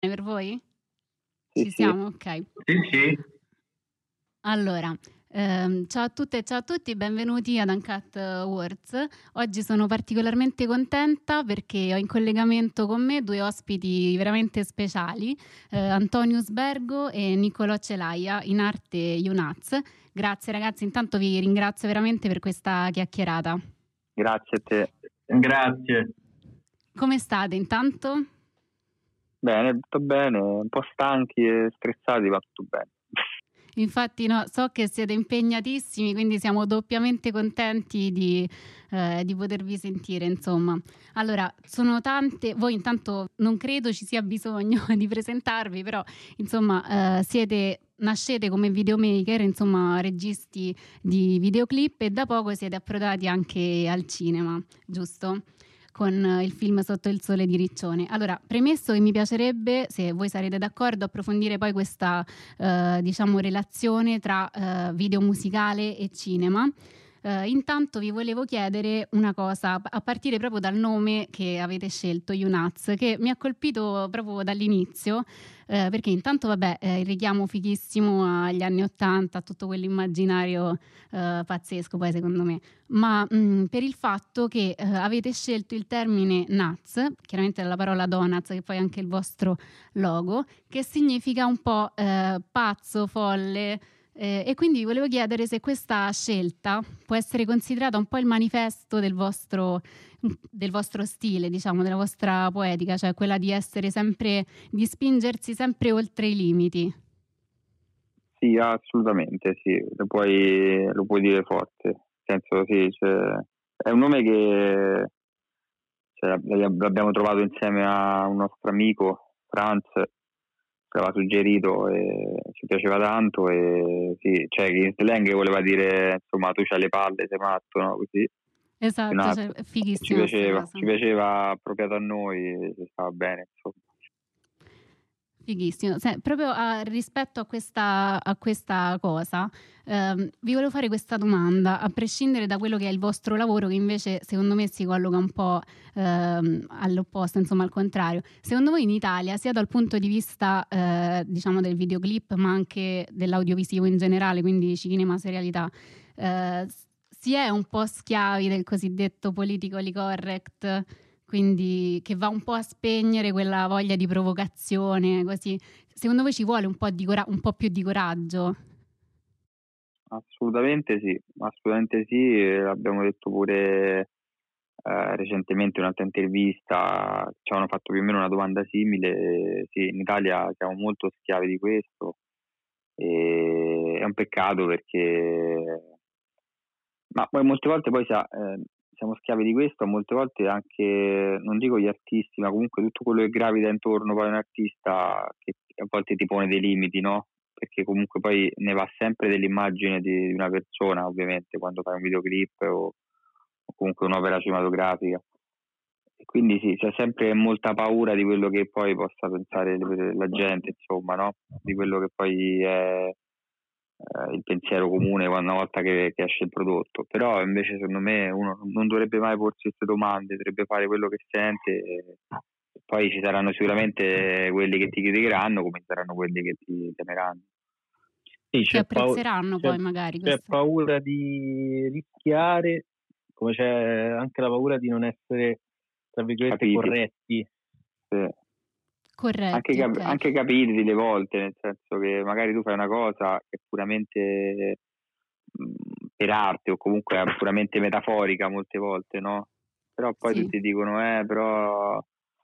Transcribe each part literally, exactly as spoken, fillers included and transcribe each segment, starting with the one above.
Per voi? Sì, Ci sì. siamo? Ok. Sì, sì. Allora, ehm, ciao a tutte e ciao a tutti, benvenuti ad Uncut Words. Oggi sono particolarmente contenta perché ho in collegamento con me due ospiti veramente speciali, eh, Antonio Sbergo e Niccolò Celaia, in arte Yunaz. Grazie ragazzi, intanto vi ringrazio veramente per questa chiacchierata. Grazie a te. Grazie. Come state intanto? Bene, tutto bene, un po' stanchi e stressati, ma tutto bene. Infatti no, so che siete impegnatissimi, quindi siamo doppiamente contenti di, eh, di potervi sentire, insomma. Allora, sono tante, voi intanto non credo ci sia bisogno di presentarvi, però insomma eh, siete, nascete come videomaker, insomma registi di videoclip e da poco siete approdati anche al cinema, giusto? Con il film Sotto il sole di Riccione. Allora, premesso che mi piacerebbe, se voi sarete d'accordo, approfondire poi questa eh, diciamo relazione tra eh, video musicale e cinema. Uh, intanto vi volevo chiedere una cosa, a partire proprio dal nome che avete scelto, Yunaz, che mi ha colpito proprio dall'inizio, uh, perché intanto vabbè, eh, il richiamo fighissimo agli anni Ottanta, a tutto quell'immaginario uh, pazzesco poi secondo me, ma mh, per il fatto che uh, avete scelto il termine Nuts, chiaramente dalla parola donuts, che poi è anche il vostro logo, che significa un po' uh, pazzo, folle. Eh, e quindi vi volevo chiedere se questa scelta può essere considerata un po' il manifesto del vostro, del vostro stile, diciamo, della vostra poetica, cioè quella di essere sempre, di spingersi sempre oltre i limiti. Sì, assolutamente, sì, lo puoi, lo puoi dire forte, nel senso sì, cioè, è un nome che cioè, l'abbiamo trovato insieme a un nostro amico, Franz, che aveva suggerito e ci piaceva tanto e sì, cioè che in slang voleva dire insomma tu c'hai le palle, sei matto, no? Così. Esatto, cioè, è Ci piaceva, ci piaceva appropriato a noi, ci stava bene, insomma. Fighissimo. Se, proprio a, rispetto a questa, a questa cosa, ehm, vi volevo fare questa domanda, a prescindere da quello che è il vostro lavoro, che invece secondo me si colloca un po' ehm, all'opposto, insomma al contrario. Secondo voi in Italia, sia dal punto di vista eh, diciamo del videoclip, ma anche dell'audiovisivo in generale, quindi cinema, serialità, eh, si è un po' schiavi del cosiddetto politically correct, quindi che va un po' a spegnere quella voglia di provocazione, così. Secondo voi ci vuole un po' di cora- un po' più di coraggio? Assolutamente sì, assolutamente sì, l'abbiamo detto pure eh, recentemente in un'altra intervista, ci hanno fatto più o meno una domanda simile, sì, in Italia siamo molto schiavi di questo e è un peccato perché ma poi molte volte poi sa, eh, siamo schiavi di questo, molte volte anche, non dico gli artisti, ma comunque tutto quello che gravita intorno poi a un artista che a volte ti pone dei limiti, no? Perché comunque poi ne va sempre dell'immagine di, di una persona, ovviamente, quando fai un videoclip o, o comunque un'opera cinematografica. E quindi sì, c'è sempre molta paura di quello che poi possa pensare la gente, insomma, no? Di quello che poi è eh, il pensiero comune una volta che, che esce il prodotto. Però invece secondo me uno non dovrebbe mai porsi queste domande, dovrebbe fare quello che sente e poi ci saranno sicuramente quelli che ti criticheranno come saranno quelli che ti temeranno. Sì, che apprezzeranno paura, poi c'è, magari c'è paura di rischiare, come c'è anche la paura di non essere tra virgolette Capiti. corretti. Sì. Corretti, anche, cap- okay. anche capiti delle volte, nel senso che magari tu fai una cosa che è puramente mh, per arte o comunque è puramente metaforica molte volte, no? Però poi sì. tutti dicono eh però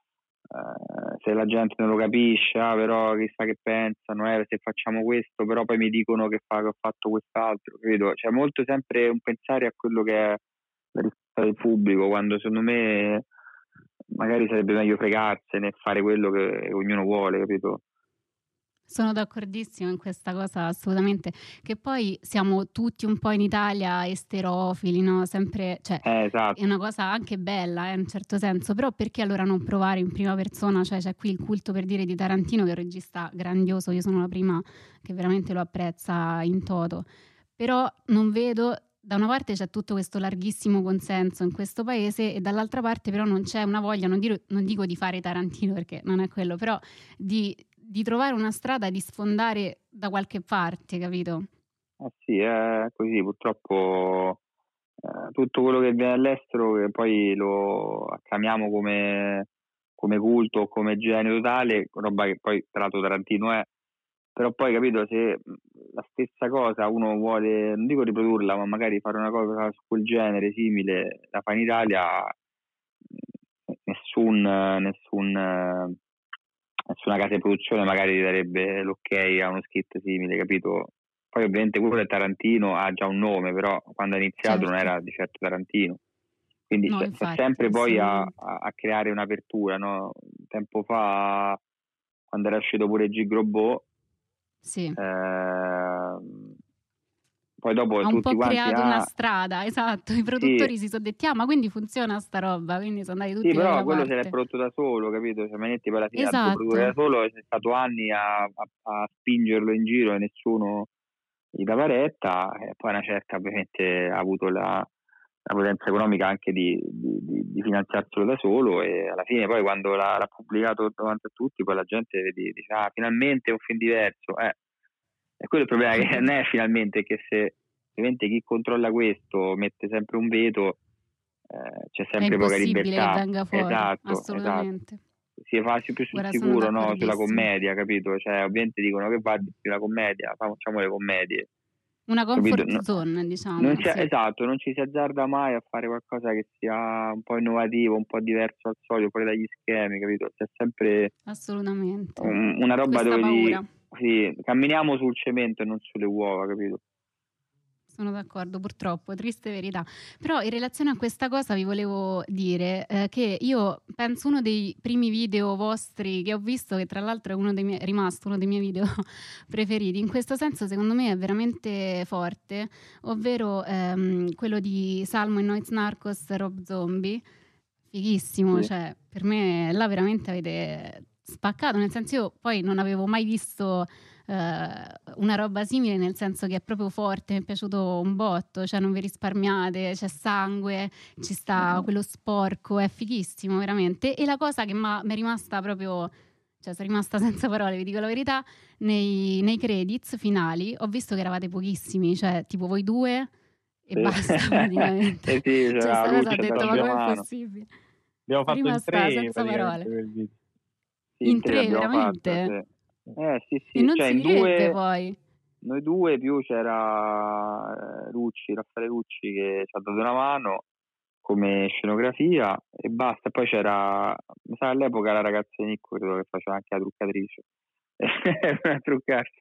eh, se la gente non lo capisce, ah, però chissà che pensano, eh, se facciamo questo però poi mi dicono che, fa, che ho fatto quest'altro, credo, c'è molto sempre un pensare a quello che è la risposta del pubblico, quando secondo me magari sarebbe meglio fregarsene e fare quello che ognuno vuole, capito? Sono d'accordissimo in questa cosa, assolutamente. Che poi siamo tutti un po' in Italia esterofili, no? Sempre, cioè, eh, esatto. è una cosa anche bella, eh, in un certo senso. Però perché allora non provare in prima persona? Cioè, c'è qui il culto, per dire, di Tarantino, che è un regista grandioso. Io sono la prima che veramente lo apprezza in toto. Però non vedo da una parte c'è tutto questo larghissimo consenso in questo paese e dall'altra parte però non c'è una voglia, non, dire, non dico di fare Tarantino perché non è quello, però di, di trovare una strada, di sfondare da qualche parte, capito? Eh sì, è così, purtroppo eh, tutto quello che viene all'estero che poi lo acclamiamo come, come culto o come genio totale, roba che poi tra l'altro Tarantino è, però poi capito, se la stessa cosa uno vuole, non dico riprodurla, ma magari fare una cosa su quel genere simile, la fa in Italia, nessun, nessun, nessuna casa di produzione magari darebbe l'ok a uno skit simile, capito? Poi ovviamente quello del Tarantino ha già un nome, però quando ha iniziato Certo. non era di certo Tarantino. Quindi No, c'è, infatti, c'è sempre poi a, assolutamente. a, a creare un'apertura, no? Tempo fa, quando era uscito pure Gigrobot, Sì. eh, poi dopo ha un tutti po' quanti creato ah, una strada, esatto, i produttori sì, si sono detti ah ma quindi funziona sta roba, quindi sono andati tutti sì, da però quella quello se l'è parte. prodotto da solo, capito? Cioè, Manetti poi alla fine ha dovuto produrre da Esatto, solo e c'è stato anni a, a, a spingerlo in giro e nessuno gli dava retta, e poi una certa ovviamente ha avuto la, la potenza economica anche di, di, di, di finanziarselo da solo, e alla fine poi quando l'ha, l'ha pubblicato davanti a tutti poi la gente dice ah finalmente è un film diverso, eh. E quello è il problema, che non è finalmente, che se ovviamente chi controlla questo mette sempre un veto, eh, c'è è sempre poca impossibile che libertà. venga fuori, Esatto, esatto. assolutamente. Si fa più sul Guarda, sono sicuro, no? Sulla d'accordissimo. commedia, capito? Cioè, ovviamente dicono che va di più la commedia, facciamo le commedie. Una Capito? comfort No, zone, non diciamo, c'è, sì, esatto, non ci si azzarda mai a fare qualcosa che sia un po' innovativo, un po' diverso al solito, fuori dagli schemi, capito? C'è sempre assolutamente. un, una roba Questa dove di, paura. sì, camminiamo sul cemento e non sulle uova, capito? Sono d'accordo, purtroppo, triste verità. Però in relazione a questa cosa vi volevo dire eh, che io penso uno dei primi video vostri che ho visto, che tra l'altro è uno dei miei, rimasto uno dei miei video preferiti, in questo senso secondo me è veramente forte, ovvero ehm, quello di Salmo e Noiz Narcos, Rob Zombie, fighissimo, Sì. cioè per me là veramente avete spaccato, nel senso io poi non avevo mai visto Uh, una roba simile, nel senso che è proprio forte, mi è piaciuto un botto, cioè non vi risparmiate, c'è sangue, ci sta quello sporco, è fighissimo veramente. E la cosa che mi è rimasta proprio, cioè sono rimasta senza parole, vi dico la verità, nei, nei credits finali ho visto che eravate pochissimi, cioè tipo voi due e Sì. basta praticamente. Eh sì, Cioè c'era sta cosa ho Luce detto ma com'è Tagliamano. possibile? Abbiamo Sono fatto in rimasta tre senza praticamente parole. quel video. Sì, in In tre tre l'abbiamo fatta, veramente? sì. Eh sì, E sì, non cioè si in direbbe due, poi. noi due, più c'era eh, Rucci, Raffaele Rucci che ci ha dato una mano come scenografia e basta. Poi c'era, mi sa all'epoca la ragazza di Nicco, credo che faceva anche la truccatrice per truccarsi.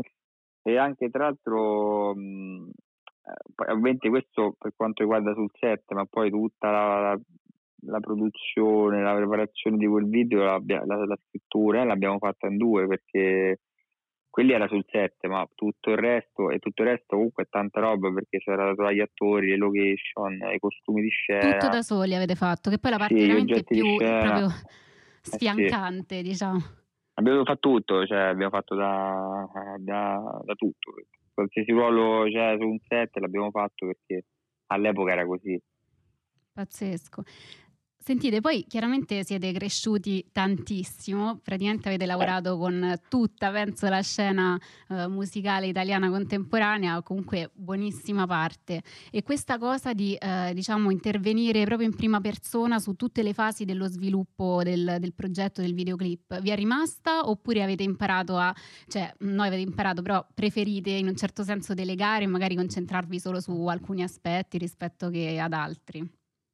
E anche tra l'altro mh, eh, ovviamente questo per quanto riguarda sul set, ma poi tutta la, la, la produzione, la preparazione di quel video, la, la, la scrittura eh, l'abbiamo fatta in due, perché quelli era sul set, ma tutto il resto, e tutto il resto comunque è tanta roba, perché c'era da trovare gli attori, le location, i costumi di Tutto scena, da soli avete fatto, che poi è la sì, parte gli veramente oggetti di più eh, scena, proprio eh sì. sfiancante, diciamo. Abbiamo fatto tutto, cioè abbiamo fatto da, da, da tutto, qualsiasi ruolo c'è su un set l'abbiamo fatto, perché all'epoca era così. Pazzesco. Sentite, poi chiaramente siete cresciuti tantissimo, praticamente avete lavorato con tutta, penso, la scena eh, musicale italiana contemporanea, o comunque buonissima parte. E questa cosa di, eh, diciamo, intervenire proprio in prima persona su tutte le fasi dello sviluppo del, del progetto del videoclip, vi è rimasta oppure avete imparato a, cioè, noi avete imparato, però preferite in un certo senso delegare e magari concentrarvi solo su alcuni aspetti rispetto che ad altri?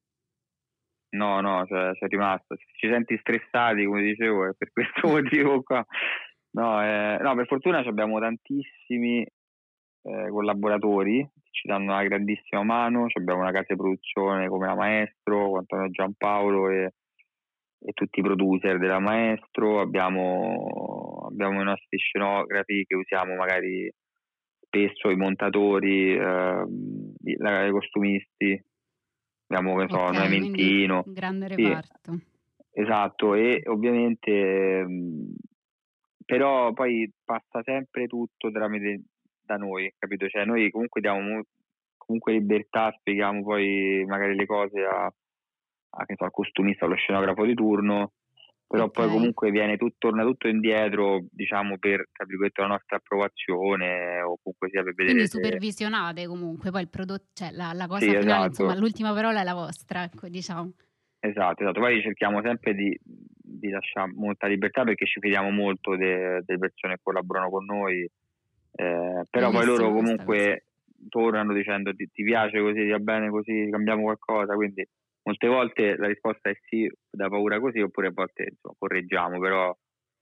No, no, cioè, c'è rimasto. Se ci senti stressati, come dicevo, è per questo motivo qua. No, eh, no, per fortuna abbiamo tantissimi eh, collaboratori che ci danno una grandissima mano. Abbiamo una casa di produzione come la Maestro, Antonio Giampaolo e, e tutti i producer della Maestro. Abbiamo, abbiamo i nostri scenografi che usiamo magari spesso, i montatori, eh, i, la, i costumisti. Abbiamo, che so, Ok, noi quindi Mentino, un grande sì, reparto. esatto, e ovviamente mh, però poi passa sempre tutto tramite da noi, capito? Cioè noi comunque diamo comunque libertà, spieghiamo poi magari le cose a, a che so, al costumista o allo scenografo di turno, però Okay. poi comunque viene tutto, torna tutto indietro, diciamo, per, tra virgolette, la nostra approvazione, o comunque sia per vedere Quindi se... supervisionate comunque, poi il prodotto, cioè la la Sì, cosa finale, insomma, esatto, l'ultima parola è la vostra, ecco, diciamo. esatto, esatto. Poi cerchiamo sempre di, di lasciare molta libertà, perché ci fidiamo molto de- delle persone che collaborano con noi, eh, però poi loro Bellissima questa cosa. comunque tornano dicendo ti, ti piace così, ti va bene così, cambiamo qualcosa, quindi molte volte la risposta è sì, da paura così, oppure a volte insomma, correggiamo, però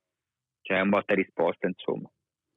c'è un botta e risposta, insomma.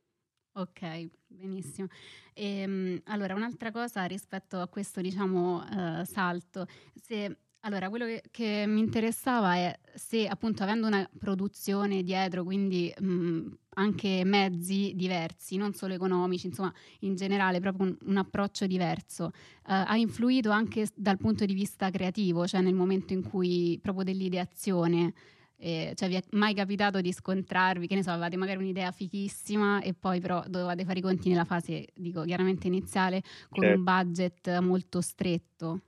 Okay, benissimo. Ehm, allora un'altra cosa rispetto a questo, diciamo, ehm, salto, se allora quello che che mi interessava è se appunto avendo una produzione dietro, quindi, mhmm, anche mezzi diversi, non solo economici, insomma in generale proprio un un approccio diverso, ehm, ha influito anche s dal punto di vista creativo, cioè nel momento in cui proprio dell'ideazione. Ehm, cioè vi è mai capitato di scontrarvi, che ne so, avevate magari un'idea fighissima e poi però dovevate fare i conti nella fase, dico chiaramente iniziale, con un Certo. budget molto stretto?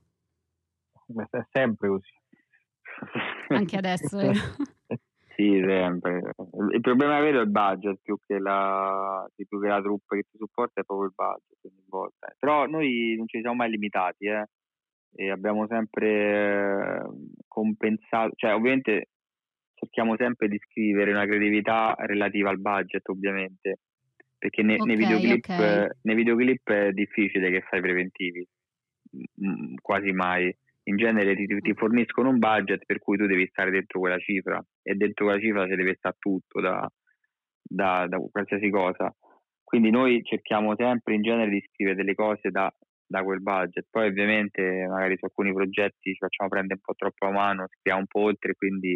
Ma è sempre così. Anche adesso, vero? Sì, sempre. Il problema vero è il budget, più che la, più che la troupe che ti supporta, è proprio il budget ogni volta. Però noi non ci siamo mai limitati, eh. E abbiamo sempre eh, compensato, cioè ovviamente cerchiamo sempre di scrivere una creatività relativa al budget, ovviamente, perché ne- nei Okay, videoclip, okay. nei videoclip è difficile che fai preventivi, mm, quasi mai. In genere ti, ti Okay. forniscono un budget per cui tu devi stare dentro quella cifra, e dentro quella cifra ci deve stare tutto, da, da, da qualsiasi cosa. Quindi noi cerchiamo sempre in genere di scrivere delle cose da, da quel budget. Poi ovviamente magari su alcuni progetti ci facciamo prendere un po' troppo a mano, scriviamo un po' oltre, quindi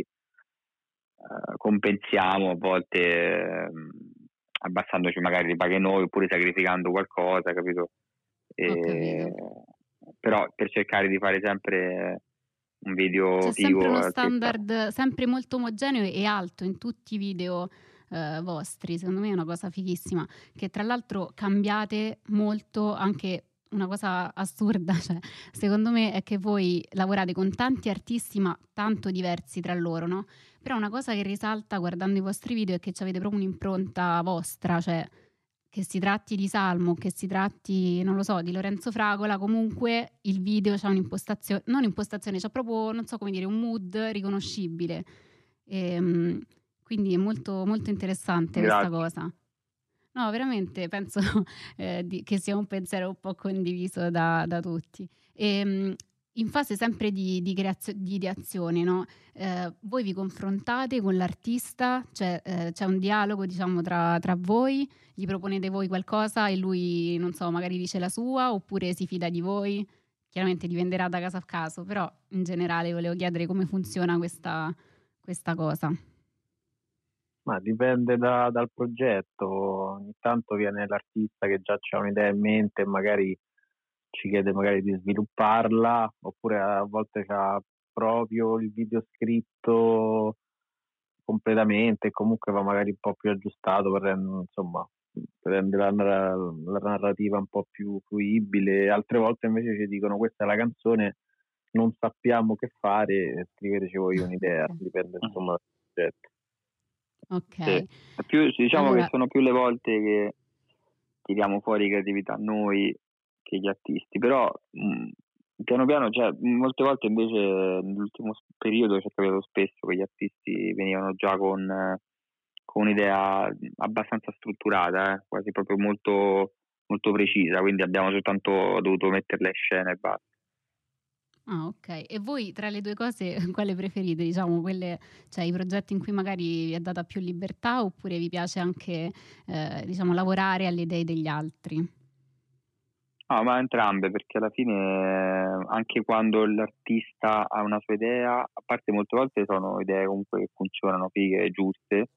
eh, compensiamo a volte, eh, abbassandoci magari le paghe noi, oppure sacrificando qualcosa, capito? Ho E, capito. però per cercare di fare sempre un video C'è sempre figo uno e che sta. standard sempre molto omogeneo e alto in tutti i video, ehm, vostri. Secondo me è una cosa fighissima, che tra l'altro cambiate molto, anche una cosa assurda, cioè secondo me è che voi lavorate con tanti artisti, ma tanto diversi tra loro, no, però una cosa che risalta guardando i vostri video è che c'avete proprio un'impronta vostra, cioè che si tratti di Salmo, che si tratti, non lo so, di Lorenzo Fragola, comunque il video c'ha un'impostazio non impostazione, c'ha proprio, non so come dire, un mood riconoscibile. Ehm, quindi è molto, molto interessante questa Grazie. cosa. No, veramente penso eh, di- che sia un pensiero un po' condiviso da, da tutti. Ehm, in fase sempre di, di, creazio- di ideazione, no? Eh, voi vi confrontate con l'artista, cioè eh, c'è un dialogo, diciamo, tra, tra voi, gli proponete voi qualcosa e lui, non so, magari dice la sua, oppure si fida di voi. Chiaramente dipenderà da caso a caso, però in generale volevo chiedere come funziona questa, questa cosa. Ma dipende da- dal progetto. Ogni tanto viene l'artista che già ha un'idea in mente e magari ci chiede magari di svilupparla, oppure a volte c'ha proprio il video scritto completamente, e comunque va magari un po' più aggiustato per rendere, insomma, per rendere la, narra- la narrativa un po' più fruibile. Altre volte invece ci dicono questa è la canzone, non sappiamo che fare, scriveteci voi un'idea, Ok. dipende insomma dal progetto. Ok. Sì. È più, diciamo che Allora, sono più le volte che tiriamo fuori creatività noi che gli artisti, però mh, piano piano, cioè, molte volte invece nell'ultimo s- periodo ci è capitato spesso che gli artisti venivano già con, eh, con un'idea abbastanza strutturata, eh, quasi proprio molto, molto precisa, quindi abbiamo soltanto dovuto metterla in scena e basta. ah, ok. E voi tra le due cose quale preferite? Diciamo, quelle, cioè i progetti in cui magari vi è data più libertà oppure vi piace anche, eh, diciamo, lavorare alle idee degli altri? No, ma entrambe, perché alla fine eh, anche quando l'artista ha una sua idea, a parte molte volte sono idee comunque che funzionano, fighe, giuste,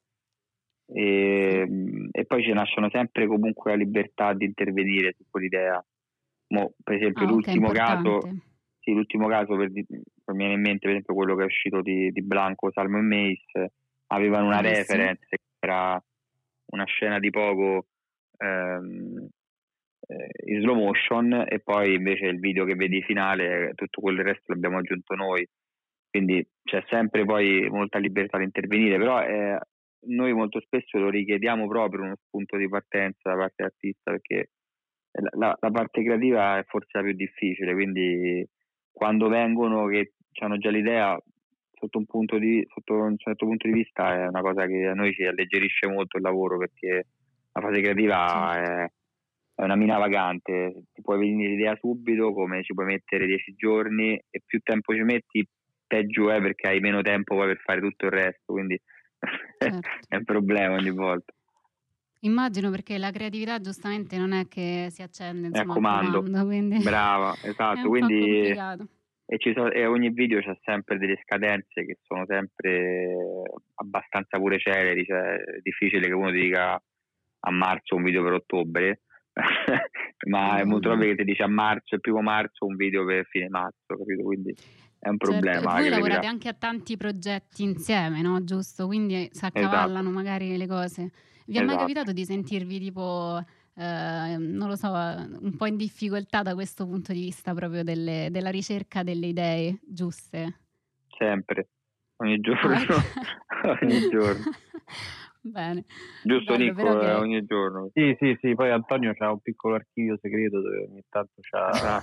Sì. e, e poi ci nascono sempre comunque la libertà di intervenire su quell'idea. Mo, per esempio Ah, ok, l'ultimo caso, importante. sì, l'ultimo caso per, di- per mi viene in mente per esempio quello che è uscito di, di Blanco, Salmo e Mace, avevano una Fighissimo. reference, che era una scena di poco, ehm, eh, in slow motion, e poi invece il video che vedi finale, tutto quel resto l'abbiamo aggiunto noi, quindi c'è sempre poi molta libertà di intervenire, però eh, noi molto spesso lo richiediamo proprio uno spunto di partenza da parte dell'artista, perché la, la parte creativa è forse la più difficile, quindi quando vengono che hanno già l'idea, sotto un punto di sotto un certo punto di vista è una cosa che a noi ci alleggerisce molto il lavoro, perché la fase creativa è, è una mina vagante, ti puoi venire l'idea subito come ci puoi mettere dieci giorni, e più tempo ci metti peggio è, perché hai meno tempo poi per fare tutto il resto, quindi certo. È un problema ogni volta. Immagino, perché la creatività giustamente non è che si accende insomma è a comando, a comando, quindi brava, esatto, è un quindi po' complicato. E, ci so, e ogni video c'ha sempre delle scadenze che sono sempre abbastanza pure celeri, cioè è difficile che uno ti dica a marzo un video per ottobre ma mm. è molto probabile che ti dice a marzo, il primo marzo, un video per fine marzo, capito? Quindi è un problema. Certo. E voi lavorate anche a tanti progetti insieme, no? Giusto? Quindi si accavallano esatto. magari le cose. Vi è esatto. mai capitato di sentirvi tipo, eh, non lo so, un po' in difficoltà da questo punto di vista proprio delle, della ricerca delle idee giuste? Sempre, ogni giorno, ah, ogni giorno. Bene. Giusto, Bello, Nico, che... ogni giorno. Sì, sì, sì, poi Antonio c'ha un piccolo archivio segreto dove ogni tanto c'ha...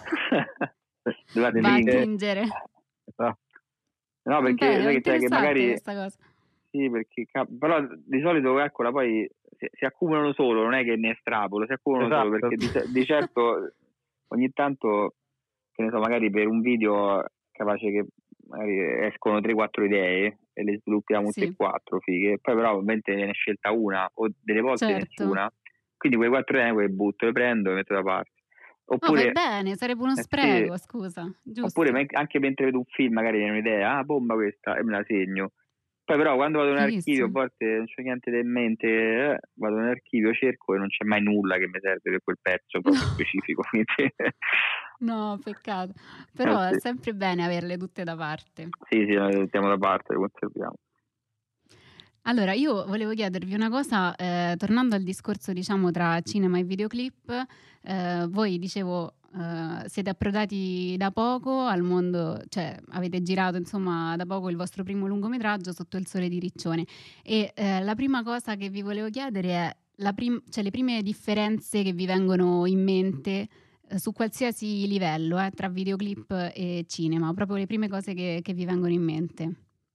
Va a tingere. Esatto. No, perché Bene, sai che, c'è che magari questa cosa. Sì, perché però di solito eccola poi si, si accumulano solo, non è che ne estrapolo, si accumulano esatto. solo, perché di, di certo ogni tanto, che ne so, magari per un video capace che magari escono tre quattro idee e le sviluppiamo tutte e quattro fighe, poi però ovviamente ne è scelta una o delle volte certo. nessuna, quindi quelle quattro idee le butto, le prendo e le metto da parte. Oppure, no, fai bene, sarebbe uno spreco, eh sì. scusa, giusto. Oppure anche mentre vedo un film magari viene un'idea, ah bomba questa, e me la segno. Poi però quando vado in archivio a volte non c'è niente in mente, eh, vado in archivio, cerco e non c'è mai nulla che mi serve per quel pezzo proprio no. specifico. Quindi... No, peccato. Però eh, sì. è sempre bene averle tutte da parte. Sì, sì, le mettiamo da parte, le conserviamo. Allora, io volevo chiedervi una cosa, eh, tornando al discorso, diciamo, tra cinema e videoclip, eh, voi, dicevo, eh, siete approdati da poco al mondo, cioè avete girato, insomma, da poco il vostro primo lungometraggio, Sotto il sole di Riccione, e eh, la prima cosa che vi volevo chiedere è la prim- cioè le prime differenze che vi vengono in mente eh, su qualsiasi livello, eh, tra videoclip e cinema, proprio le prime cose che, che vi vengono in mente.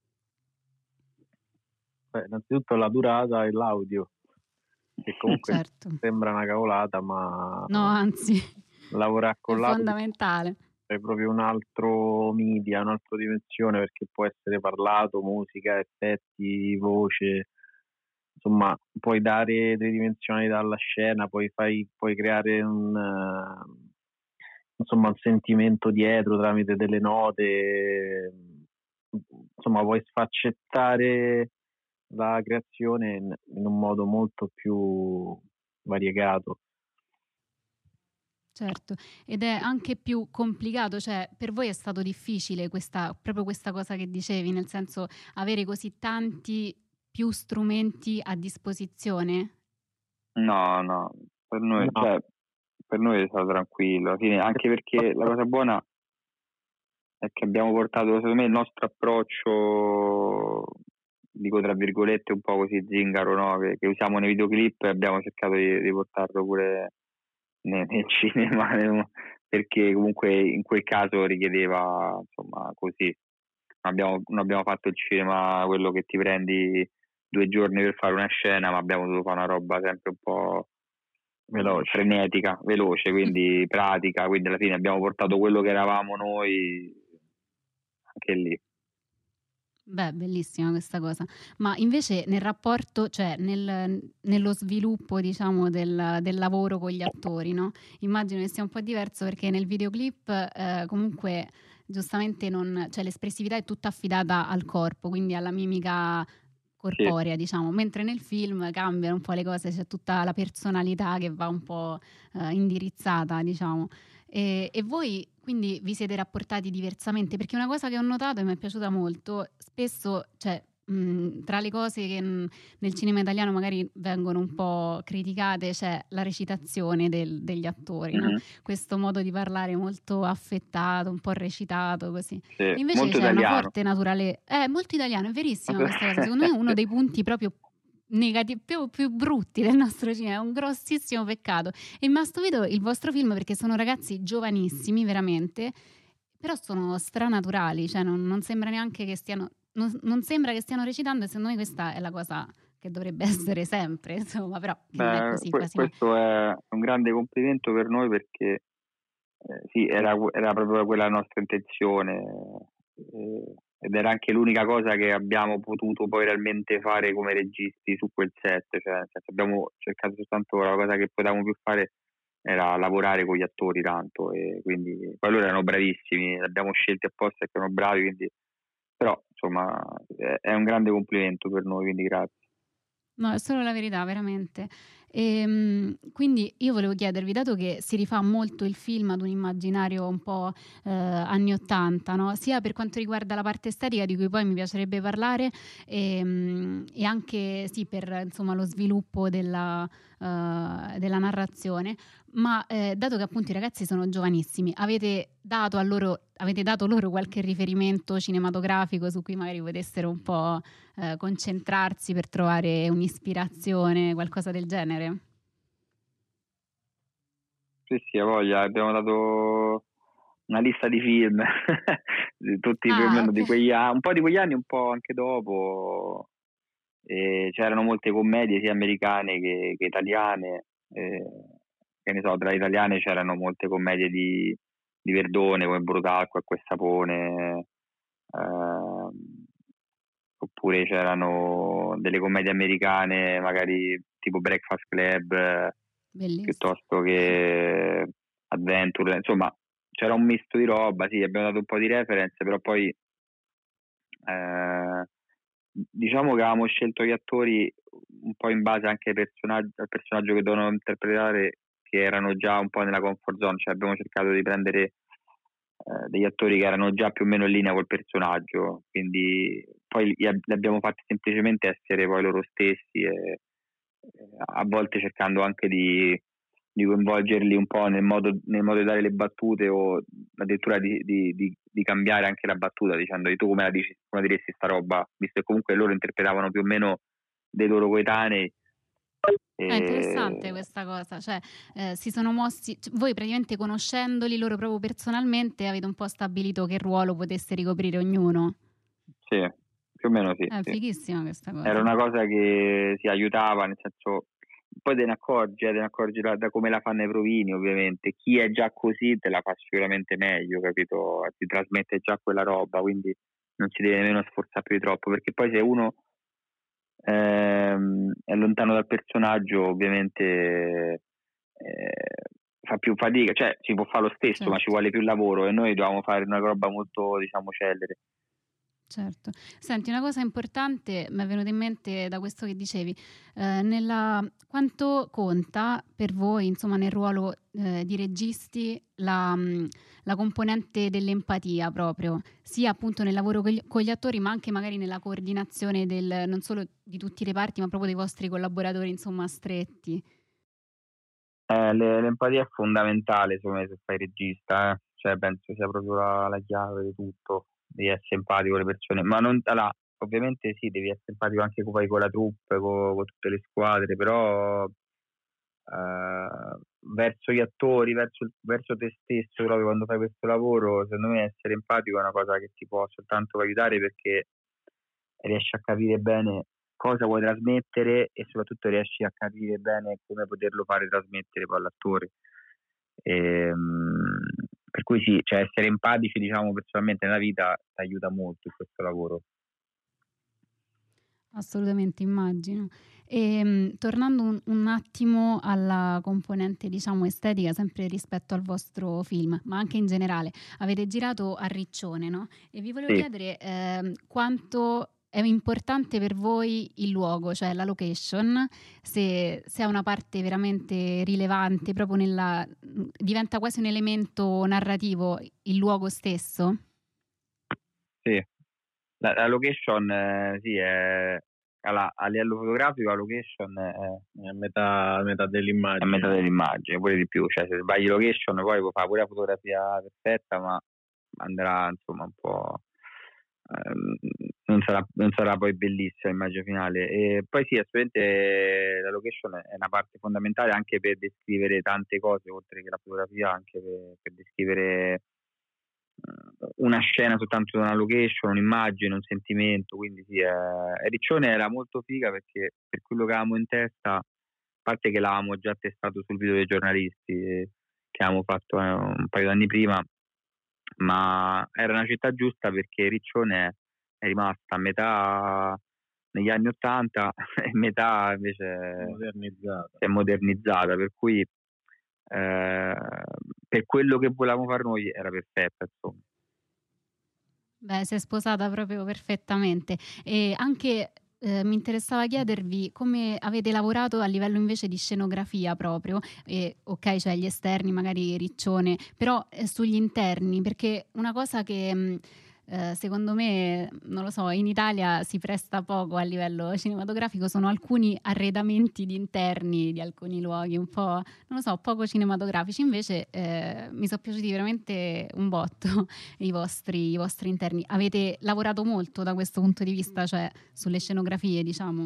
Beh, innanzitutto la durata e l'audio, che comunque certo. sembra una cavolata, ma no, anzi, lavorare con è l'audio fondamentale. È proprio un altro media, un'altra dimensione, perché può essere parlato, musica, effetti, voce, insomma, puoi dare delle dimensionalità alla scena, puoi, fai, puoi creare un, uh, insomma, un sentimento dietro tramite delle note, insomma, puoi sfaccettare la creazione in, in un modo molto più variegato. Certo, ed è anche più complicato, cioè per voi è stato difficile questa, proprio questa cosa che dicevi, nel senso avere così tanti più strumenti a disposizione? No, no, per noi, no. Cioè, per noi è stato tranquillo, alla fine, anche perché la cosa buona è che abbiamo portato, secondo me, il nostro approccio, dico tra virgolette, un po' così zingaro, no? che, che usiamo nei videoclip, e abbiamo cercato di, di portarlo pure nel, nel cinema, perché comunque in quel caso richiedeva, insomma, così. Abbiamo, non abbiamo fatto il cinema quello che ti prendi due giorni per fare una scena, ma abbiamo dovuto fare una roba sempre un po' veloce, frenetica, veloce, quindi pratica, quindi alla fine abbiamo portato quello che eravamo noi anche lì. Beh, bellissima questa cosa. Ma invece nel rapporto, cioè nel, nello sviluppo, diciamo, del, del lavoro con gli attori, no? Immagino che sia un po' diverso, perché nel videoclip eh, comunque giustamente non, cioè l'espressività è tutta affidata al corpo, quindi alla mimica corporea, sì. diciamo, mentre nel film cambiano un po' le cose, c'è tutta la personalità che va un po' eh, indirizzata, diciamo. E, e voi quindi vi siete rapportati diversamente? Perché una cosa che ho notato e mi è piaciuta molto, spesso, cioè mh, tra le cose che mh, nel cinema italiano magari vengono un po' criticate c'è la recitazione del- degli attori, no? Mhm. Questo modo di parlare molto affettato, un po' recitato così. Sì, Invece molto c'è una italiano. forte naturale, è molto italiano, è verissima questa cosa. Secondo me è uno dei punti proprio negativi, più, più brutti del nostro cinema, è un grossissimo peccato. E mi ha stupito il vostro film perché sono ragazzi giovanissimi, veramente, però sono stranaturali, cioè non, non sembra neanche che stiano, non, non sembra che stiano recitando, e secondo me questa è la cosa che dovrebbe essere sempre, insomma, però che non è Beh, così que- quasi mai. questo è un grande complimento per noi perché eh, sì, era, era proprio quella la nostra intenzione eh, ed era anche l'unica cosa che abbiamo potuto poi realmente fare come registi su quel set, cioè nel senso, abbiamo cercato soltanto la cosa che potevamo più fare era lavorare con gli attori tanto e quindi poi loro erano bravissimi, li abbiamo scelti apposta perché erano bravi, quindi però insomma è, è un grande complimento per noi, quindi grazie. No, è solo la verità, veramente. Ehm, quindi io volevo chiedervi, dato che si rifà molto il film ad un immaginario un po' eh, anni ottanta, no? Sia per quanto riguarda la parte estetica di cui poi mi piacerebbe parlare, ehm, e anche sì, per insomma, lo sviluppo della, eh, della narrazione, ma eh, dato che appunto i ragazzi sono giovanissimi, avete dato a loro, avete dato loro qualche riferimento cinematografico su cui magari potessero un po' eh, concentrarsi per trovare un'ispirazione, qualcosa del genere? Sì, sì, ha voglia, abbiamo dato una lista di film, di tutti più o Ah, meno ok. di quegli anni, un po' di quegli anni, un po' anche dopo. E c'erano molte commedie sia americane che, che italiane, e, che ne so, tra le italiane c'erano molte commedie di, di Verdone come Brutalco, Acqua e Sapone, ehm, oppure c'erano delle commedie americane magari tipo Breakfast Club, eh, Bellissimo. piuttosto che Adventure, insomma c'era un misto di roba, sì, abbiamo dato un po' di reference, però poi eh, diciamo che avevamo scelto gli attori un po' in base anche ai personaggi, al personaggio che dovevano interpretare, che erano già un po' nella comfort zone, cioè abbiamo cercato di prendere eh, degli attori che erano già più o meno in linea col personaggio, quindi poi li, li abbiamo fatti semplicemente essere poi loro stessi e, e a volte cercando anche di, di coinvolgerli un po' nel modo, nel modo di dare le battute o addirittura di, di, di, di cambiare anche la battuta dicendo tu come la dici, come diresti sta roba, visto che comunque loro interpretavano più o meno dei loro coetanei. È interessante E... questa cosa, cioè eh, si sono mossi, cioè, voi praticamente conoscendoli loro proprio personalmente avete un po' stabilito che ruolo potesse ricoprire ognuno. Sì, più o meno sì, È sì. fighissima questa Era cosa. una cosa che si aiutava, nel senso, poi te ne accorgi, eh, te ne accorgi da, da come la fanno i provini, ovviamente. Chi è già così te la fa sicuramente meglio, capito? Ti trasmette già quella roba, quindi non si deve nemmeno sforzare più di troppo, perché poi se uno ehm, è lontano dal personaggio, ovviamente eh, fa più fatica, cioè si può fare lo stesso, ma ci Certo. vuole più lavoro e noi dobbiamo fare una roba molto, diciamo, celere. Certo. Senti, una cosa importante mi è venuta in mente da questo che dicevi, eh, nella, quanto conta per voi, insomma, nel ruolo eh, di registi la, mh, la componente dell'empatia proprio, sia appunto nel lavoro con gli, con gli attori, ma anche magari nella coordinazione del, non solo di tutti i reparti, ma proprio dei vostri collaboratori, insomma, stretti. Eh, le- l'empatia è fondamentale, secondo me, se fai regista, eh. Cioè, penso sia proprio la, la chiave di tutto, devi essere empatico con le persone, ma non, allora, ovviamente sì, devi essere empatico anche poi con la troupe, con, con tutte le squadre, però eh, verso gli attori, verso, verso te stesso, proprio quando fai questo lavoro, secondo me essere empatico è una cosa che ti può soltanto aiutare perché riesci a capire bene cosa vuoi trasmettere e soprattutto riesci a capire bene come poterlo fare trasmettere poi all'attore. Ehm, per cui sì, cioè essere empatici, diciamo, personalmente nella vita ti aiuta molto in questo lavoro. Assolutamente, immagino. E, mh, tornando un, un attimo alla componente, diciamo, estetica, sempre rispetto al vostro film, ma anche in generale, avete girato a Riccione, no? E vi volevo Sì. chiedere ehm, quanto è importante per voi il luogo, cioè la location, se, se è una parte veramente rilevante, proprio nella, diventa quasi un elemento narrativo il luogo stesso? Sì, La, la location eh, sì, è, allora, a livello fotografico la location è, è a metà, a metà dell'immagine. È a metà dell'immagine, pure di più. Cioè, se sbagli location poi puoi fare pure la fotografia perfetta, ma andrà insomma un po'. Ehm, non, sarà, non sarà poi bellissima l'immagine finale. E poi sì, assolutamente la location è una parte fondamentale anche per descrivere tante cose, oltre che la fotografia, anche per, per descrivere una scena soltanto da una location, un'immagine, un sentimento. Quindi sì, eh, Riccione era molto figa perché per quello che avevamo in testa, a parte che l'avevamo già testato sul video dei giornalisti eh, che avevamo fatto eh, un paio d'anni prima, ma era una città giusta perché Riccione è rimasta a metà negli anni ottanta e metà invece modernizzata. è modernizzata, per cui eh, per quello che volevamo fare noi era perfetta, insomma. Beh, si è sposata proprio perfettamente. E anche eh, mi interessava chiedervi come avete lavorato a livello invece di scenografia proprio, e, ok, cioè gli esterni magari Riccione, però eh, sugli interni, perché una cosa che mh, eh, secondo me, non lo so, in Italia si presta poco a livello cinematografico sono alcuni arredamenti di interni di alcuni luoghi, un po', non lo so, poco cinematografici. Invece eh, mi sono piaciuti veramente un botto i vostri, i vostri interni. Avete lavorato molto da questo punto di vista, cioè sulle scenografie, diciamo?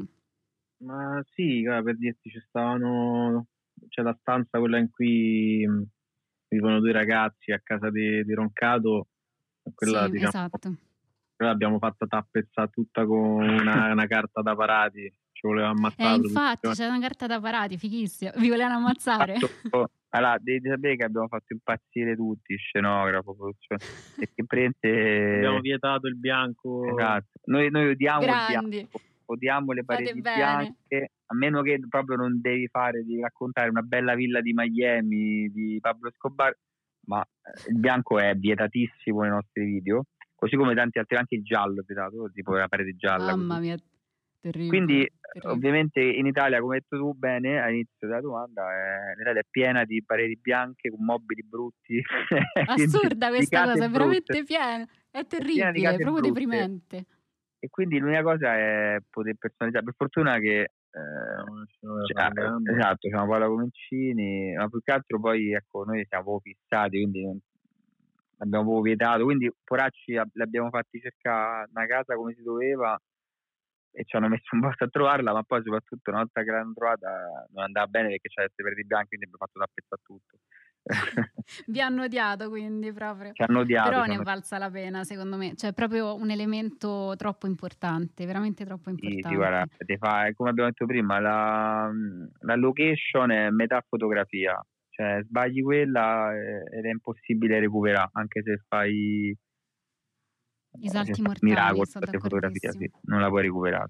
Ma sì, guarda, per dirti, ci stavano, c'è la stanza quella in cui mh, vivono due ragazzi a casa di, di Roncato, quella Sì, diciamo, esatto. quella l'abbiamo fatta tappezzata tutta con una, una carta da parati, ci voleva Eh, ammazzare la infatti, produzione. c'è una carta da parati, fighissima. Vi volevano ammazzare? Fatto, allora, devi sapere che abbiamo fatto impazzire tutti, scenografo, produzione, perché prende... Abbiamo vietato il bianco. Esatto. Noi, noi odiamo Grandi. il bianco, odiamo le Fate pareti bene. bianche, a meno che proprio non devi fare, devi raccontare una bella villa di Miami di Pablo Escobar, ma eh, il bianco è vietatissimo nei nostri video, così come tanti altri, anche il giallo è vietato, tipo la parete gialla. Mamma Così. mia, terribile. Quindi terribile. ovviamente in Italia, come hai detto tu bene all'inizio della domanda, eh, l'Italia è piena di pareti bianche con mobili brutti. Assurda questa cosa, è brutte. veramente piena, è È piena di terribile, è case proprio brutte. deprimente. E quindi l'unica cosa è poter personalizzare. Per fortuna che eh, cioè, esatto, siamo Paola Comencini, ma più che altro poi ecco, noi siamo proprio fissati, quindi non, abbiamo proprio vietato, quindi poracci l'abbiamo fatti cercare una casa come si doveva e ci hanno messo un po' a trovarla, ma poi soprattutto una volta che l'hanno trovata non andava bene perché c'era le pareti bianche, quindi abbiamo fatto tappezzare tutto. Vi hanno odiato, quindi proprio. Ci hanno odiato, Però ci ne hanno... è valsa la pena, secondo me. Cioè, è proprio un elemento troppo importante, veramente troppo importante. Sì, sì, guarda, te fa, come abbiamo detto prima, la, la location è metà fotografia, cioè sbagli quella ed è impossibile recuperare, anche se fai i salti se mortali, miracolo sono di fotografia, d'accordissimo. sì, non la puoi recuperare.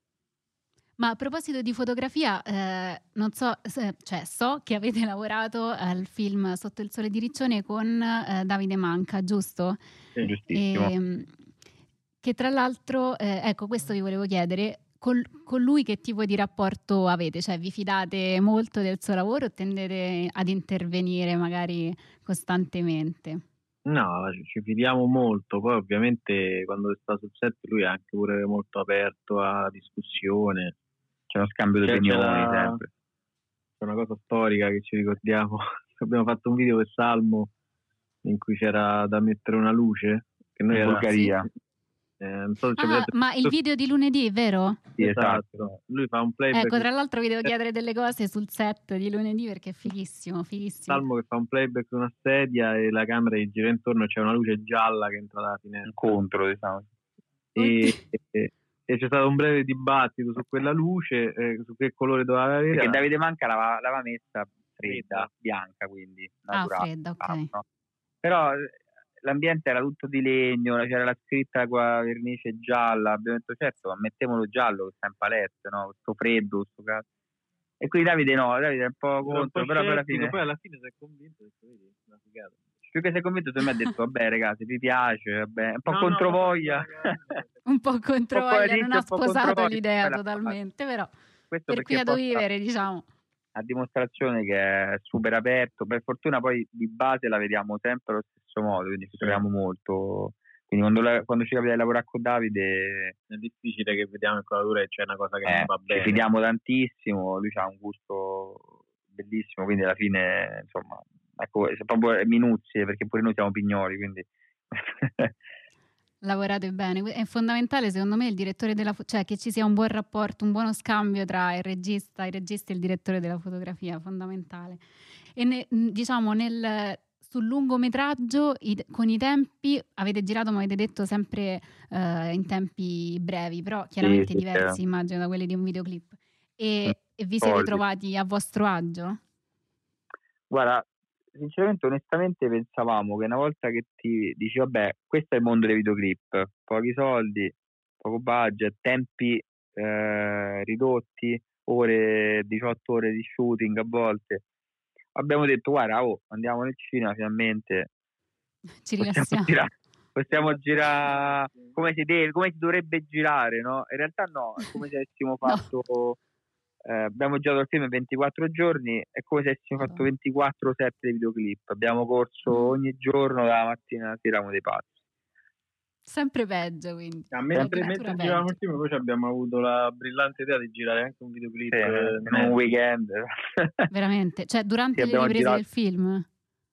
Ma a proposito di fotografia, eh, non so, se, cioè so che avete lavorato al film Sotto il sole di Riccione con eh, Davide Manca, giusto? Sì, giustissimo. E, che tra l'altro, eh, ecco, questo vi volevo chiedere, con, con lui che tipo di rapporto avete? Cioè vi fidate molto del suo lavoro o tendete ad intervenire magari costantemente? No, ci fidiamo molto, poi ovviamente quando sta sul set lui è anche pure molto aperto alla discussione. C'è uno scambio di opinioni sempre. C'è una cosa storica che ci ricordiamo. Abbiamo fatto un video per Salmo in cui c'era da mettere una luce che noi in era... Bulgaria. Sì. Eh, non so se ah, ma il video di lunedì, vero? Sì, esatto. esatto. Lui fa un playback. Ecco, tra l'altro vi devo chiedere delle cose sul set di lunedì perché è fighissimo, fighissimo. Salmo che fa un playback su una sedia e la camera gli gira intorno, c'è una luce gialla che entra dalla finestra. Incontro, diciamo. E, e, e c'è stato un breve dibattito su quella luce, eh, su che colore doveva avere. Perché Davide Manca l'aveva, l'aveva messa fredda, bianca, quindi naturale. Ah, fredda, ok. No? Però l'ambiente era tutto di legno, c'era la scritta qua vernice gialla, abbiamo detto certo, ma mettiamolo giallo che sta in palestra, no? Questo freddo, questo cazzo. E quindi Davide no, Davide è un po' contro, un po' però poi alla fine poi alla fine si è convinto, vedi, una figata. Più che si è convinto, tu mi ha detto vabbè ragazzi, vi piace, vabbè, un po' no, controvoglia. No, un po' controvoglia, non ha sposato l'idea la totalmente, però questo per quieto vivere, diciamo. A dimostrazione che è super aperto, per fortuna poi di base la vediamo sempre allo stesso modo, quindi ci troviamo molto, quindi quando, la, quando ci capita di lavorare con Davide è difficile che vediamo inquadrature e c'è una cosa che eh, non va bene. Ci fidiamo tantissimo, lui ha un gusto bellissimo, quindi alla fine insomma ecco, è proprio minuzie, perché pure noi siamo pignoli, quindi lavorate bene. È fondamentale secondo me il direttore della fo- cioè che ci sia un buon rapporto, un buono scambio tra il regista, il regista e il direttore della fotografia, fondamentale. E ne, diciamo nel sul lungometraggio i, con i tempi avete girato, ma avete detto sempre uh, in tempi brevi, però chiaramente sì, sì, diversi, sì. immagino, da quelli di un videoclip. E, e vi siete trovati a vostro agio? Guarda, sinceramente, onestamente pensavamo che una volta che ti dici vabbè, questo è il mondo dei videoclip, pochi soldi, poco budget, tempi eh, ridotti, ore, diciotto ore di shooting a volte, abbiamo detto guarda, oh, andiamo nel cinema finalmente, ci possiamo girare, possiamo girare come si deve, come si dovrebbe girare, no? In realtà no, è come se avessimo fatto no. eh, abbiamo girato il film in ventiquattro giorni, è come se avessimo no. fatto ventiquattro set di videoclip, abbiamo corso mm. ogni giorno dalla mattina alla sera come dei pazzi. Sempre peggio, quindi. A me, mentre mentre giravamo il film, poi abbiamo avuto la brillante idea di girare anche un videoclip sì, eh, in un weekend. Veramente? Cioè, durante sì, le riprese girato... del film?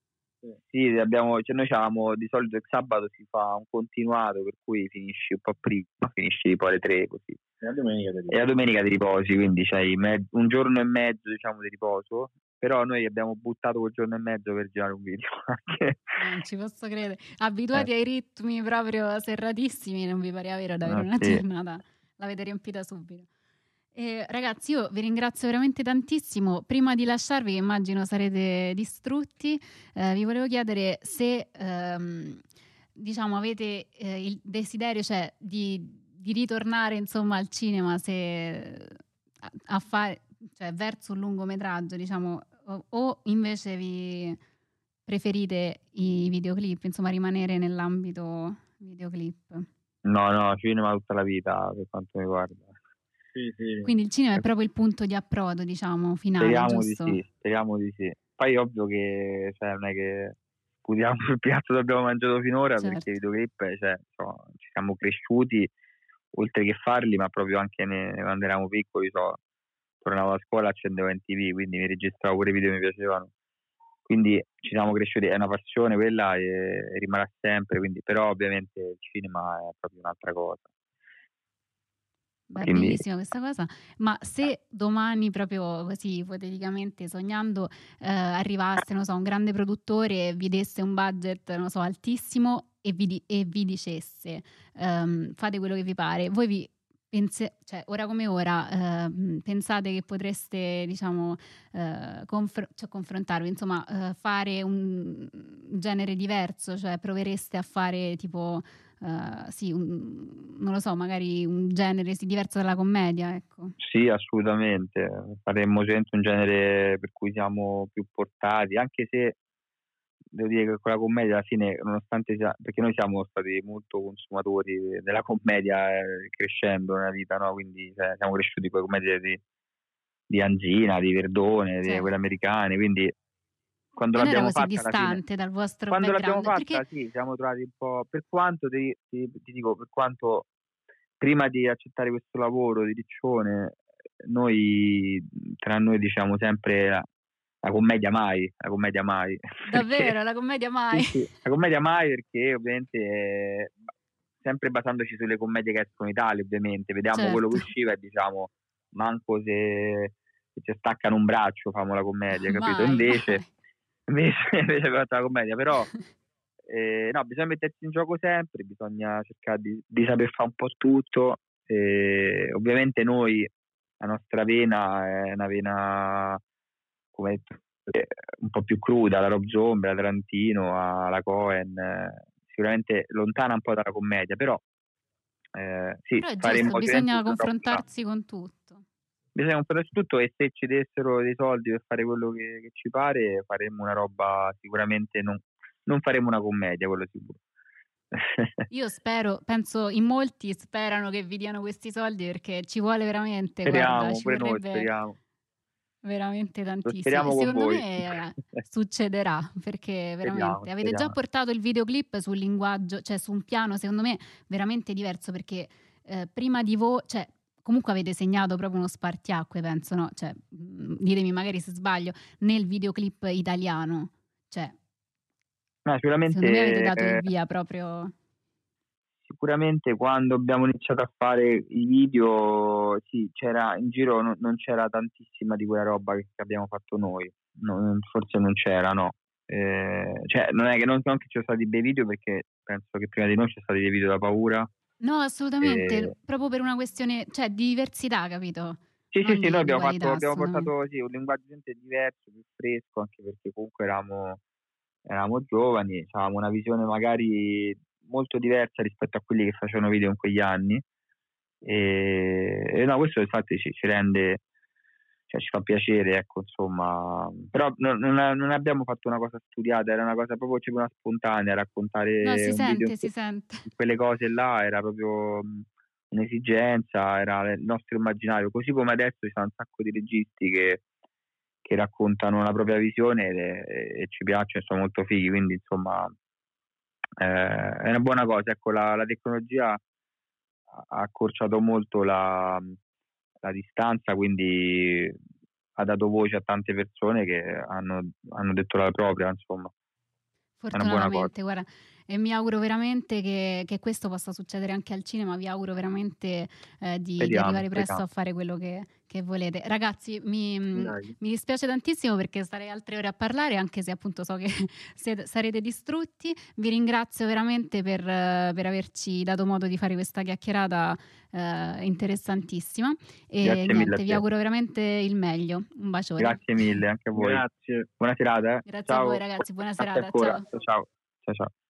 Sì, abbiamo, cioè noi avevamo di solito il sabato si fa un continuato, per cui finisci un po' prima, finisci tipo alle tre così. E la domenica di riposi. E la domenica di riposi, quindi c'hai me- un giorno e mezzo diciamo di riposo, però noi abbiamo buttato quel giorno e mezzo per girare un video. Non ci posso credere. Abituati eh. ai ritmi proprio serratissimi, non vi pareva vero di avere no, una sì. giornata, l'avete riempita subito. Eh, ragazzi, io vi ringrazio veramente tantissimo. Prima di lasciarvi, che immagino sarete distrutti, eh, vi volevo chiedere se ehm, diciamo avete eh, il desiderio, cioè di, di ritornare insomma al cinema, se a, a fare, cioè verso un lungometraggio, diciamo, o, o invece vi preferite i videoclip, insomma rimanere nell'ambito videoclip. No, no, cinema tutta la vita per quanto mi riguarda. Sì, sì. Quindi il cinema è proprio il punto di approdo, diciamo, finale, speriamo giusto? Di sì, speriamo di sì. Poi ovvio che cioè, non è che sputiamo sul piatto che abbiamo mangiato finora, certo. Perché i videoclip cioè, so, ci siamo cresciuti, oltre che farli, ma proprio anche ne, quando eravamo piccoli, so, tornavo a scuola, accendevo in tivù, quindi mi registravo pure i video che mi piacevano. Quindi ci siamo cresciuti, è una passione quella e, e rimarrà sempre, quindi, però ovviamente il cinema è proprio un'altra cosa. Beh, Quindi... bellissima questa cosa, ma se domani proprio così ipoteticamente sognando eh, arrivasse, non so, un grande produttore e vi desse un budget, non so, altissimo e vi, di- e vi dicesse um, fate quello che vi pare, voi vi pense- cioè ora come ora eh, pensate che potreste, diciamo, eh, confr- cioè, confrontarvi, insomma, eh, fare un genere diverso, cioè provereste a fare tipo Uh, sì, un, non lo so, magari un genere sì, diverso dalla commedia, ecco. Sì, assolutamente. Faremmo sempre un genere per cui siamo più portati, anche se devo dire che con la commedia alla fine, nonostante sia, perché noi siamo stati molto consumatori della commedia eh, crescendo nella vita, no? Quindi cioè, siamo cresciuti con le commedie di, di Anzina, di Verdone, certo. di quelle americane, quindi quando non l'abbiamo era così fatta distante fine, dal vostro quando background, l'abbiamo fatta perché... sì, siamo trovati un po', per quanto ti, ti, ti dico, per quanto prima di accettare questo lavoro di Riccione noi tra noi diciamo sempre la, la commedia mai, la commedia mai. Davvero, perché, la commedia mai? Sì, sì, la commedia mai perché ovviamente eh, sempre basandoci sulle commedie che escono in Italia, ovviamente, vediamo certo. quello che usciva e diciamo manco se, se ci staccano un braccio famo la commedia, capito? Mai, invece, mai. invece invece abbiamo fatto la commedia, però eh, no, bisogna mettersi in gioco sempre, bisogna cercare di, di saper fare un po' tutto. Eh, ovviamente noi, la nostra vena è una vena come detto, un po' più cruda, la Rob Zombie, la Tarantino, la Cohen, eh, sicuramente lontana un po' dalla commedia, però eh, sì, però è faremo giusto, bisogna confrontarsi con tutto. Bisogna confrontarsi tutto e se ci dessero dei soldi per fare quello che, che ci pare, faremo una roba sicuramente non, non faremo una commedia, quello sicuro. Io spero, penso in molti sperano che vi diano questi soldi perché ci vuole veramente, speriamo, guarda, ci pure vorrebbe... noi speriamo. veramente tantissimo. speriamo con Secondo voi. me eh, succederà, perché veramente Speriamo, avete già speriamo. portato il videoclip su un linguaggio, cioè su un piano secondo me veramente diverso, perché eh, prima di voi, cioè comunque avete segnato proprio uno spartiacque, penso, no? Cioè, mh, ditemi magari se sbaglio, nel videoclip italiano, cioè No, secondo me avete sicuramente, dato il eh, via proprio. sicuramente quando abbiamo iniziato a fare i video, sì, c'era in giro, no- non c'era tantissima di quella roba che, che abbiamo fatto noi. No, forse non c'era, no. Eh, cioè, non è che non, non che ci sono stati bei video, perché penso che prima di noi c'è stati dei video da paura. No, assolutamente, Eh, proprio per una questione, cioè, di diversità, capito? sì, sì, Non sì, noi di, di abbiamo fatto, qualità, abbiamo assolutamente. portato sì, un linguaggio gente diverso, più fresco, anche perché comunque eravamo, eravamo giovani, avevamo una visione magari molto diversa rispetto a quelli che facevano video in quegli anni. E, e no, questo infatti ci, ci rende, cioè ci fa piacere, ecco, insomma. Però non, non, non abbiamo fatto una cosa studiata, era una cosa proprio, c'è una spontanea, No, raccontare si un video in, sente, si que- sente. in quelle cose là era proprio mh, un'esigenza, era il nostro immaginario, così come adesso ci sono un sacco di registi che, che raccontano la propria visione e, e ci piacciono, sono molto fighi, quindi insomma eh, è una buona cosa, ecco, la, la tecnologia ha accorciato molto la, la distanza, quindi ha dato voce a tante persone che hanno, hanno detto la propria, insomma, è una buona cosa. Fortunatamente, guarda, e mi auguro veramente che, che questo possa succedere anche al cinema. Vi auguro veramente eh, di, di Speriamo, arrivare presto speriamo. a fare quello che, che volete. Ragazzi, mi, Dai. mi dispiace tantissimo perché starei altre ore a parlare, anche se appunto so che siete- sarete distrutti. Vi ringrazio veramente per, eh, per averci dato modo di fare questa chiacchierata eh, interessantissima. E Grazie mille a niente, vi te. auguro veramente il meglio. Un bacione. Grazie mille anche a voi. Grazie. Buona serata. Eh. Grazie a voi Ciao. ragazzi, buona Grazie serata. ancora. Ciao. Ciao. Ciao ciao.